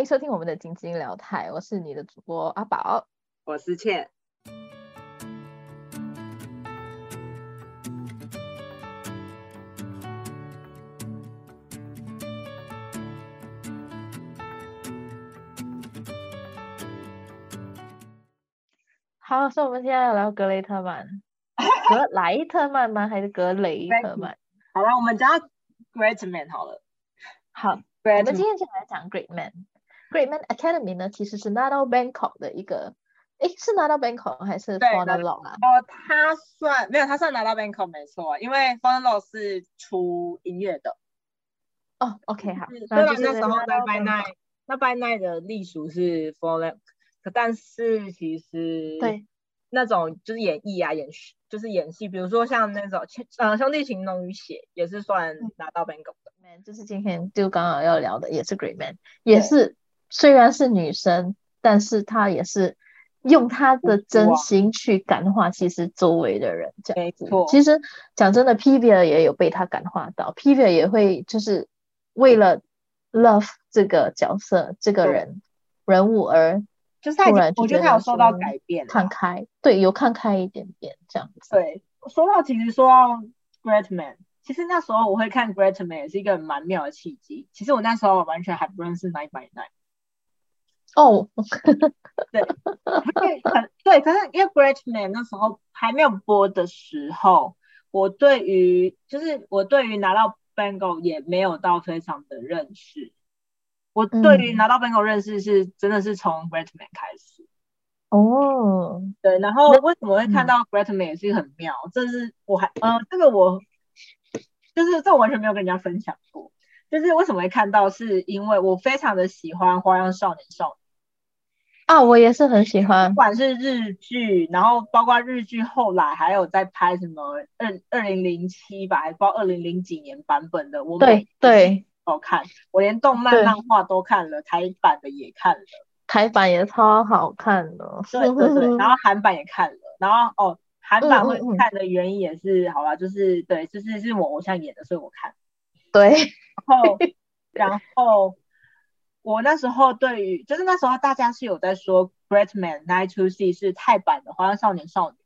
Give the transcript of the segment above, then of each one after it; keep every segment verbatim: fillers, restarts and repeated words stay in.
收听我们的晶晶聊台，我是你的主播阿宝， 我是倩。 好，所以我们现在要聊格雷特曼，格莱特曼吗？还是格雷特曼？ 好了，我们叫 Great Man 好了。 好，我们今天就来讲 Great Man。Great Man Academy 呢，其实是 Nadal Bangkok 的一个，诶，是 Nadal Bangkok 还是 Fallen Law 啊？ 哦，他算没有，他算 Nadal Bangkok 没错，因为 Fallen Law 是出音乐的。 哦 ，OK 好。 虽然那时候在 By Night， 那 By Night 的隶属是 Fallen， 但是其实对那种就是演绎啊，演就是演戏，比如说像那种呃兄弟情浓于血，也是算拿到 Bangkok 的。 就是今天就刚好要聊的，也是 Great Man， 也是虽然是女生，但是她也是用她的真心去感化其实周围的人，这样子。 没错。 其实讲真的 Pivia 也有被她感化到 ，Pivia 也会就是为了 Love 这个角色这个人人物而就是他已经，我觉得他有受到改变， 看开，对，有看开一点点这样子。 对，说到其实说到 Great Man， 其实那时候我会看 Great Man 也是一个蛮妙的契机。其实我那时候完全还不认识 Nine by Nine。 哦， 对，对，可是因为 Great Man 那时候还没有播的时候，我对于就是我对于拿到 Bangkok 也没有到非常的认识。我对于拿到 Bangkok 认识是真的是从 Great Man 开始。 哦， 对，然后为什么会看到 Great Man 也是很妙，这是我还呃这个我就是这我完全没有跟人家分享过，就是为什么会看到，是因为我非常的喜欢花样少年少女啊，我也是很喜欢， 不管是日剧，然后包括日剧后来还有在拍什么二二零零七吧，还不知道二零零几年版本的，我每对都看，我连动漫漫画都看了，台版的也看了， 台版也超好看的， 对对对，然后韩版也看了，然后哦，韩版会看的原因也是，嗯嗯嗯好吧，就是对，就是是我偶像演的，所以我看。 对， 然后然后我那时候对于，就是那时候大家是有在说 Great Man Night to See 是泰版的《花样少年少女》。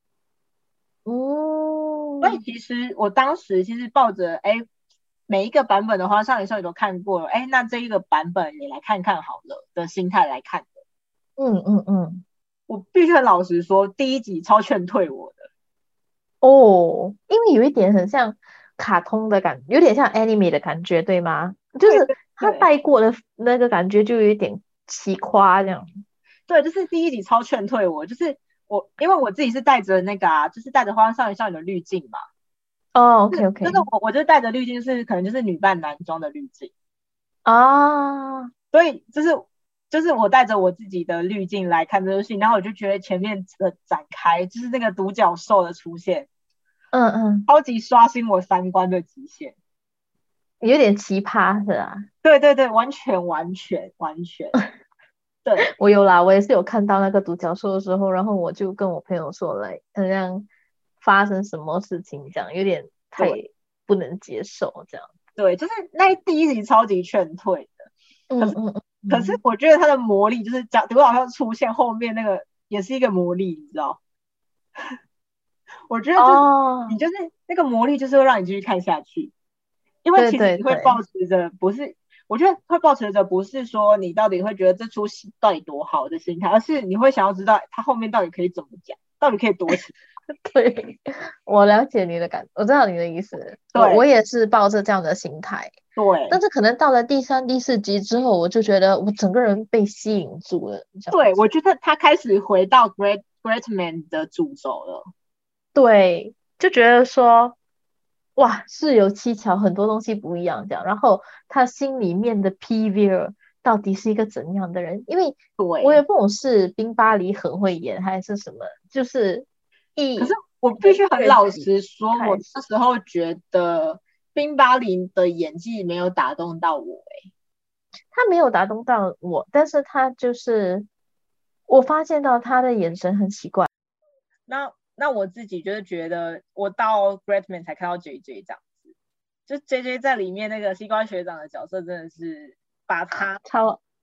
哦， 所以其实我当时其实抱着哎，每一个版本的《花样少年少女》都看过了，哎，那这一个版本也来看看好了的心态来看的。 嗯嗯嗯， 我必须很老实说，第一集超劝退我的。 哦，因为有一点很像卡通的感觉，有点像 anime 的感觉，对吗？就是他带过的那个感觉就有一点奇夸这样。 对，就是第一集超劝退我，就是我因为我自己是带着那个啊，就是带着花样少年少女的滤镜嘛。 哦 ，OK OK， 就是我我就带着滤镜是可能就是女扮男装的滤镜啊， 所以就是就是我带着我自己的滤镜来看这部戏，然后我就觉得前面的展开就是那个独角兽的出现， 嗯嗯， 超级刷新我三观的极限， 有点奇葩是吧？ 对对对，完全完全完全。对， 我有啦，我也是有看到那个独角兽的时候，然后我就跟我朋友说来，好像发生什么事情这样，有点太不能接受这样。 对，就是那第一集超级劝退的。 嗯嗯嗯。 可是我觉得它的魔力就是讲独角兽出现后面那个也是一个魔力，你知道？我觉得就是、哦、你就是那个魔力就是会让你继续看下去，因为其实你会抱持着不是，对对对，我觉得会抱持着不是说你到底会觉得这出戏到底多好的心态，而是你会想要知道它后面到底可以怎么讲，到底可以多起。 对，我了解你的感，我知道你的意思。我我也是抱着这样的心态。 对， 但是可能到了第三、第四集之后，我就觉得我整个人被吸引住了。 对，我觉得他开始回到 Great Great Man 的主轴了。 对，就觉得说，哇，是有蹊跷，很多东西不一样这样。然后他心里面的 Pivia 到底是一个怎样的人？因为我也不懂是冰巴黎很会演还是什么，就是一。 可是我必须很老实说，我那时候觉得冰巴黎的演技没有打动到我、欸。 他没有打动到我，但是他就是我发现到他的眼神很奇怪。 那那我自己就是觉得，我到 Great Man 才看到 J J 这样子，就 J J 在里面那个西瓜学长的角色真的是把他超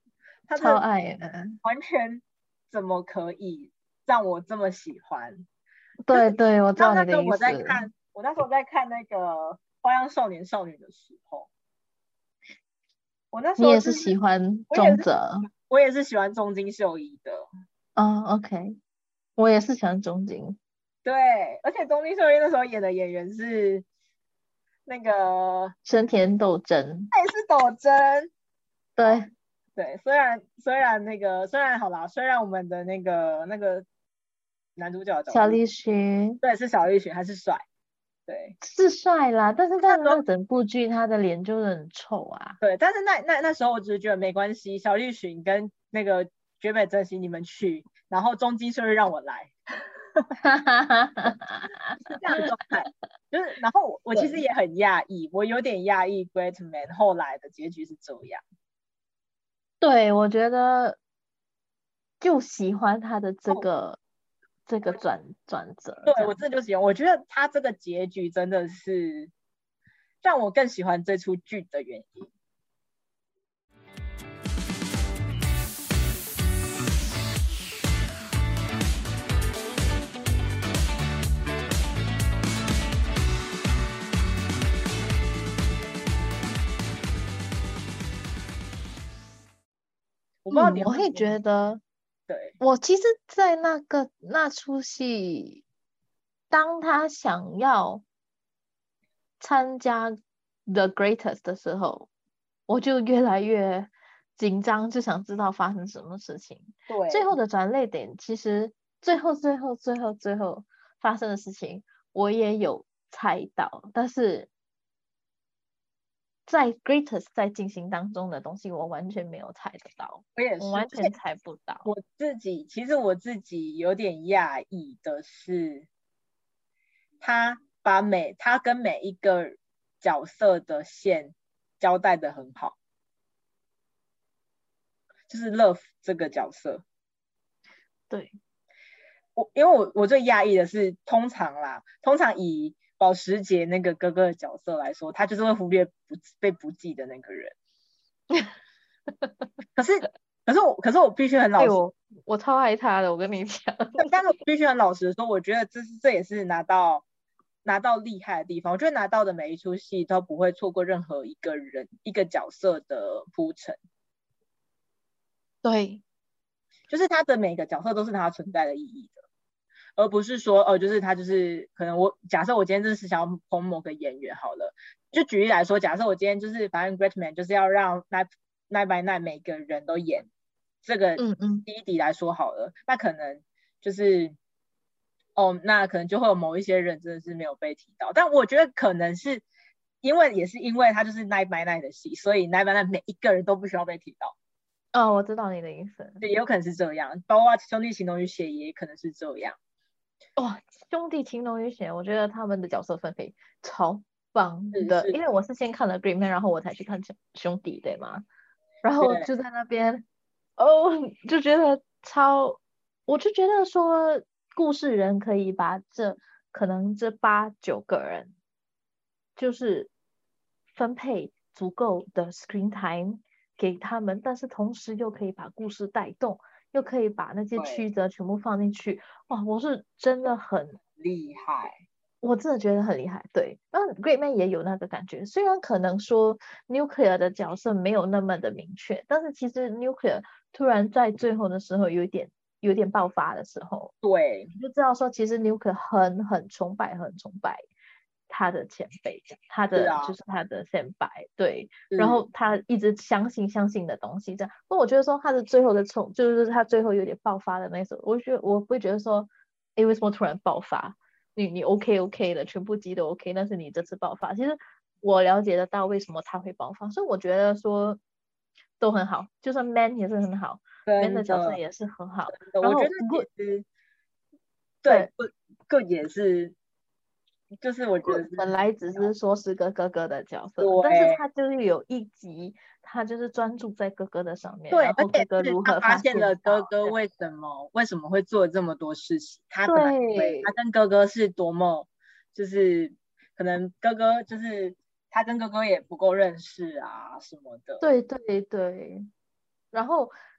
他超爱的， 完全怎么可以让我这么喜欢？ 对对，我知道你的意思。 那时候我在看，我那时候在看那个《花样少年少女》的时候，我那时你也是候就是喜欢我也是中泽？ 我也是喜欢中津秀一的。 哦，OK，我也是喜欢中津。 对，而且中津秀一那时候演的演员是那个生田斗真。 他也是斗真。 对对，虽然虽然那个虽然好啦，虽然我们的那个那个男主角的角色小栗旬对是小栗旬还是帅。对， 是帅啦，但是在那时候那整部剧他的脸就是很丑啊。 对，但是那那那时候我只是觉得没关系，小栗旬跟那个绝美真希你们去，然后中津秀一让我来。 哈哈哈哈是这样的状态。就是，然后我我其实也很讶异，我有点讶异 Great Man 后来的结局是这样。 对，我觉得就喜欢他的这个、这个转转折，这对我样。 真的就喜欢，我觉得他这个结局真的是让我更喜欢这出剧的原因。我不知道嗯， 你我会觉得， 对， 我其实，在那个那出戏，当他想要参加 The Greatest 的时候，我就越来越紧张，就想知道发生什么事情。最对后的转捩点，其实最后最后最后最后发生的事情，我也有猜到，但是在 Greatest 在进行当中的东西，我完全没有猜得到， 我也是， 我完全猜不到。 我自己其实我自己有点讶异的是，他把每他跟每一个角色的线交代的很好，就是 Love 这个角色。 对， 我因为我我最讶异的是，通常啦，通常以保时捷那个哥哥的角色来说，他就是会忽略不被不记的那个人。可是可是我可是我必须很老实， 我我超爱他的，我跟你讲。 但是我必须很老实的说，我觉得这是这也是拿到拿到厉害的地方。我觉得拿到的每一出戏都不会错过任何一个人一个角色的铺陈。 对， 就是他的每个角色都是他存在的意义的，而不是说哦，就是他就是可能我假设我今天就是想要捧某个演员好了，就举例来说，假设我今天就是反正 Great Man 就是要让 Night Night by Night 每个人都演这个嗯嗯， 第一集来说好了，那可能就是哦，那可能就会有某一些人真的是没有被提到，但我觉得可能是因为也是因为他就是 Night by Night 的戏，所以 Night by Night 每一个人都不需要被提到。 哦，我知道你的意思。 也有可能是这样，包括兄弟情同与血也可能是这样。 哇、哦，兄弟情浓于血，我觉得他们的角色分配超棒的， 是是， 因为我是先看了 Green Man，然后我才去看兄兄弟，对吗？然后对就在那边，哦，就觉得超，我就觉得说，故事人可以把这可能这八九个人，就是分配足够的 screen time 给他们，但是同时又可以把故事带动，又可以把那些曲对， 折全部放进去。哇，我是真的很厉害。 我真的觉得很厉害，对。那 Great Man 也有那个感觉，虽然可能说 Nuclear 的角色没有那么的明确，但是其实 Nuclear 突然在最后的时候有一点有点爆发的时候， 对， 你就知道说其实 Nuclear 很很崇拜很崇拜他的前辈，他是啊， 的就是他的先辈，对。然是， 后他一直相信相信的东西，这样。那我觉得说他的最后的冲，就是他最后有点爆发的那时候，我觉得我会觉得说，诶，为什么突然爆发？你你 OK OK 的，全部机都 OK，但是你这次爆发，其实我了解得到为什么他会爆发，所以我觉得说都很好，就算 Man 也是很好，Man 的角色真的， 也是很好， 真的，我觉得然后 Good 其实对对 ，Good Good 也是，就是我觉得 Good 本是来只是说是个哥哥的角色，但是对他就是有一集，他就是专注在哥哥的上面， 对， 然后哥哥而且是如何发他发现了哥现到，这样哥为什么为什么会做这么多事情，他本来以为他对跟哥哥是多么就是可能哥哥就是他跟哥哥也不够认识啊什么的。 对对对，然后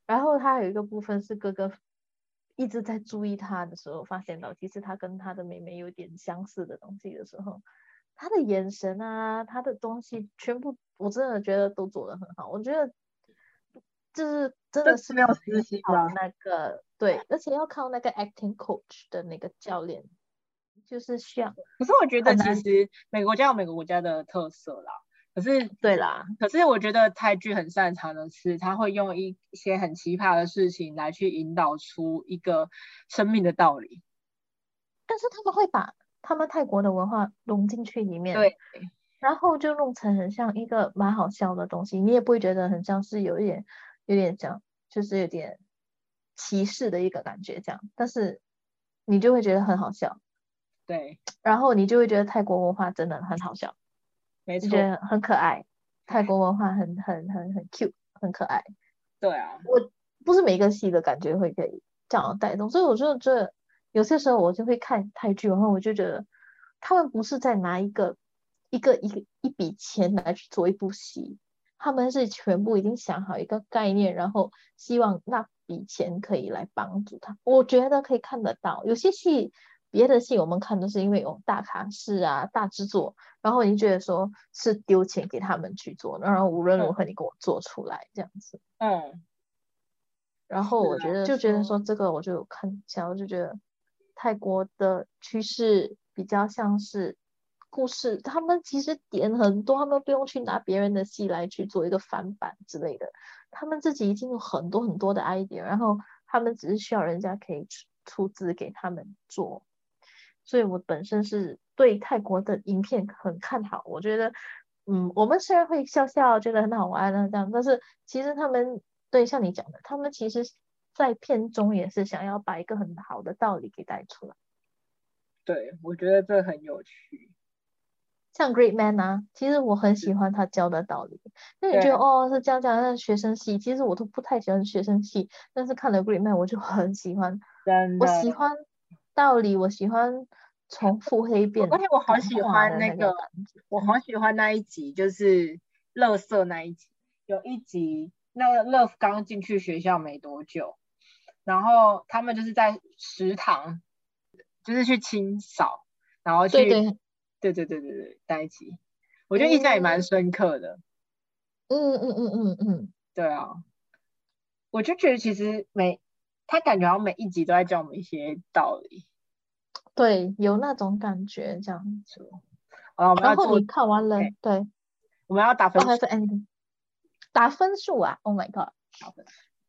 然后他有一个部分是哥哥一直在注意他的时候，发现到其实他跟他的妹妹有点相似的东西的时候，他的眼神啊，他的东西全部我真的觉得都做得很好。我觉得就是真的是没有私心吗？ 那个对，而且要靠那个 acting coach 的那个教练，就是需要。 可是我觉得其实每个国家有每个国家的特色啦。可是对啦， 可是我觉得泰剧很擅长的是，他会用一些很奇葩的事情来去引导出一个生命的道理。 但是他们会把他们泰国的文化融进去里面， 对， 然后就弄成很像一个蛮好笑的东西，你也不会觉得很像是有一点有点这样，就是有点歧视的一个感觉这样，但是你就会觉得很好笑。 对， 然后你就会觉得泰国文化真的很好笑， 没错， 你觉得很可爱，泰国文化很很很很 cute， 很可爱。 对啊， 我不是每个戏的感觉会可以这样带动，所以我就觉得有些时候我就会看泰剧，然后我就觉得他们不是在拿一个一个一个一笔钱来去做一部戏，他们是全部已经想好一个概念，然后希望那笔钱可以来帮助他。我觉得可以看得到，有些戏别的戏我们看都是因为有大卡司啊、大制作，然后你觉得说是丢钱给他们去做，然后无论如何你给我做出来这样子。 嗯， 然后我觉得就觉得说这个我就有看一下，我就觉得泰国的趋势比较像是故事，他们其实点很多，他们不用去拿别人的戏来去做一个翻版之类的，他们自己已经有很多很多的 idea，然后他们只是需要人家可以出出资给他们做，所以我本身是对泰国的影片很看好，我觉得。嗯，我们虽然会笑笑，觉得很好玩啊，这样，但是其实他们对像你讲的，他们其实在片中也是想要把一个很好的道理给带出来。 对，我觉得这很有趣。 像 Great Man 啊，其实我很喜欢他教的道理，因为你觉得哦是这样讲，那学生戏，其实我都不太喜欢学生戏，但是看了 Great Man 我就很喜欢， 真的， 我喜欢道理，我喜欢从腹黑变而且我好感喜化的欢那个， 那个感觉。 我好喜欢那一集，就是垃圾那一集。有一集，那个 Love 刚进去学校没多久，然后他们就是在食堂，就是去清扫，然后去， 对对， 对对对对对，那一集，我觉得印象也蛮嗯深刻的。 嗯嗯嗯嗯嗯。 对啊，我就觉得其实每他感觉好像每一集都在教我们一些道理。 对，有那种感觉这样子。 好了，我们要做， 然后你看完了， 哎， 对， 我们要打哦， 分数， 还有 ending，打分数啊！Oh my god， 打分，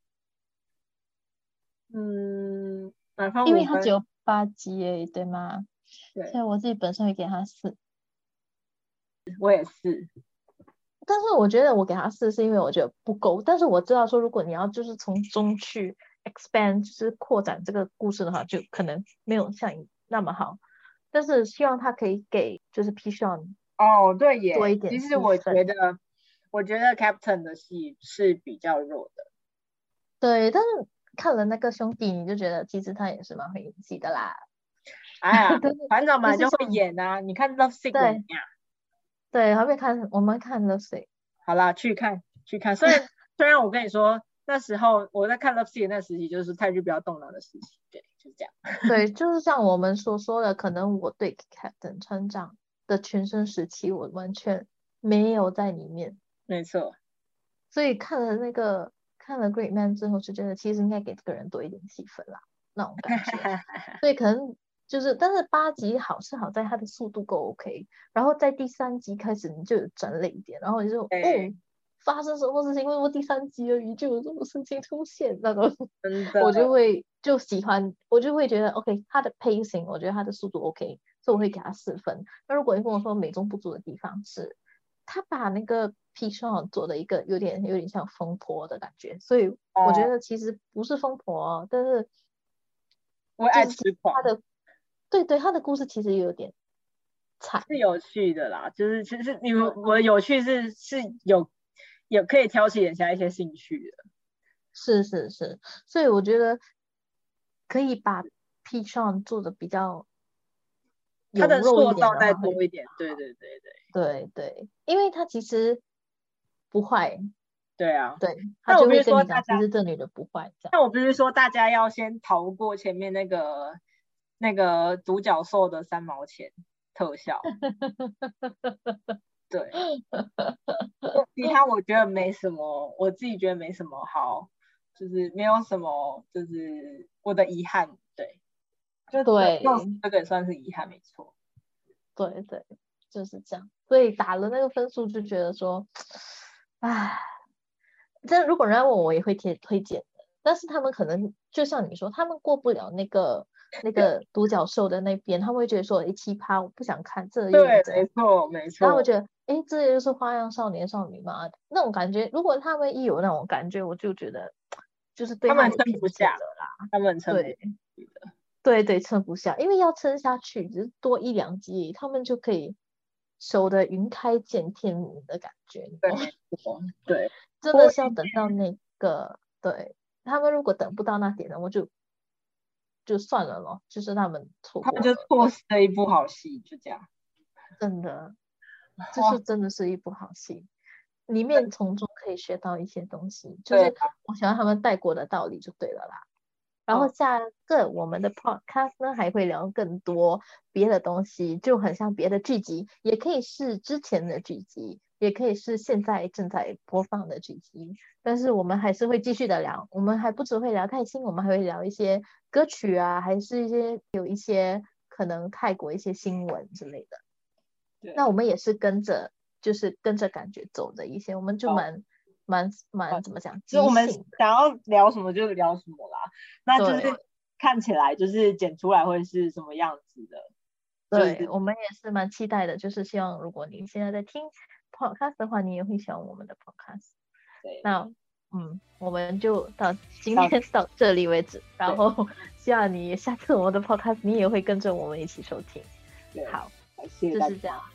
嗯，满分因为五分， 它只有八集诶，对吗？所以对， 我自己本身会给它四， 我也是。 但是我觉得我给它四是因为我觉得不够，但是我知道说如果你要就是从中去 expand，就是扩展这个故事的话，就可能没有像你那么好。但是希望他可以给就是 P. Sean 哦，对耶， 多一点其实我觉戏份。 得，我觉得 Captain 的戏是比较弱的。 对，但是看了那个兄弟，你就觉得其实他也是蛮会演戏的啦。 哎呀， 但是团长本来就会就是说， 演啊，你看 Love Sick 怎么对样？ 对，还没看，我们看了谁？ 好啦，去看去看。虽然虽然我跟你说，那时候我在看 Love Sick 那时期，就是泰剧比较动脑的时期，对，就是这样。 对，就是像我们所说的，可能我对 Captain 成长的全盛时期，我完全没有在里面， 没错。 所以看了那个看了 Great Man 之后，就觉得其实应该给这个人多一点戏份啦，那种感觉。所以可能就是，但是八集好是好在它的速度够 OK，然后在第三集开始你就有转泪点，然后你就哦对， 发生什么事情，因为我第三集而已就有这种事情出现，那种真的。 我就会就喜欢，我就会觉得 OK，它的 pacing 我觉得它的速度 OK，所以我会给它四分。那如果你跟我说美中不足的地方是，他把那个 P 上做的一个有点有点像疯婆的感觉，所以我觉哦， 得其实不是疯婆哦，但是我爱就是其痴狂他的，对对，他的故事其实有点惨， 是有趣的啦，就是其实你们对， 我的有趣是是有有可以挑起眼下一些兴趣的。 是是是，所以我觉得可以把 P 上做的比较他的有肉一塑造再点的话会， 多一点，对对对对。 对对，因为他其实不坏， 对啊， 对，他就会跟你讲，其实这女的不坏。这样， 但我必须说，大家要先逃过前面那个那个独角兽的三毛钱特效。对，其他我觉得没什么，我自己觉得没什么好，就是没有什么，就是我的遗憾。对，就对， 这个也算是遗憾，没错。 对对，就是这样。所以打了那个分数，就觉得说，唉。真的，如果人家问我，我也会推推荐的。但是他们可能就像你说，他们过不了那个那个独角兽的那边，他们会觉得说，哎，奇葩，我不想看，这有点对，没错没错。 然后我觉得，哎，这也就是花样少年少女嘛，那种感觉。如果他们一有那种感觉，我就觉得就是对他们有撑不下啦。 他们撑不对对对，撑不下，因为要撑下去，只是多一两集，他们就可以守得云开见天明的感觉。 对，没错，对。 真的是要等到那个，对，他们如果等不到那点呢，我就就算了咯，就是他们错过了， 他们就错失了一部好戏，就这样。 真的，就是真的是一部好戏，里面从中可以学到一些东西，就是我喜欢他们带过的道理就对了啦。然后下个我们的 podcast 呢还会聊更多别的东西，就很像别的剧集，也可以是之前的剧集，也可以是现在正在播放的剧集，但是我们还是会继续的聊，我们还不只会聊泰星，我们还会聊一些歌曲啊，还是一些有一些可能泰国一些新闻之类的。那我们也是跟着就是跟着感觉走的一些，我们就蛮蛮蛮怎么讲， 就我们想要聊什么就聊什么啦，那就是看起来就是剪出来会是什么样子的。 对、就是、我们也是蛮期待的，就是希望如果你现在在听 podcast 的话，你也会喜欢我们的 podcast。 对， 那嗯，我们就到今天到这里为止，然后希望你下次我们的 podcast 你也会跟着我们一起收听。好， 谢谢大家， 就是这样。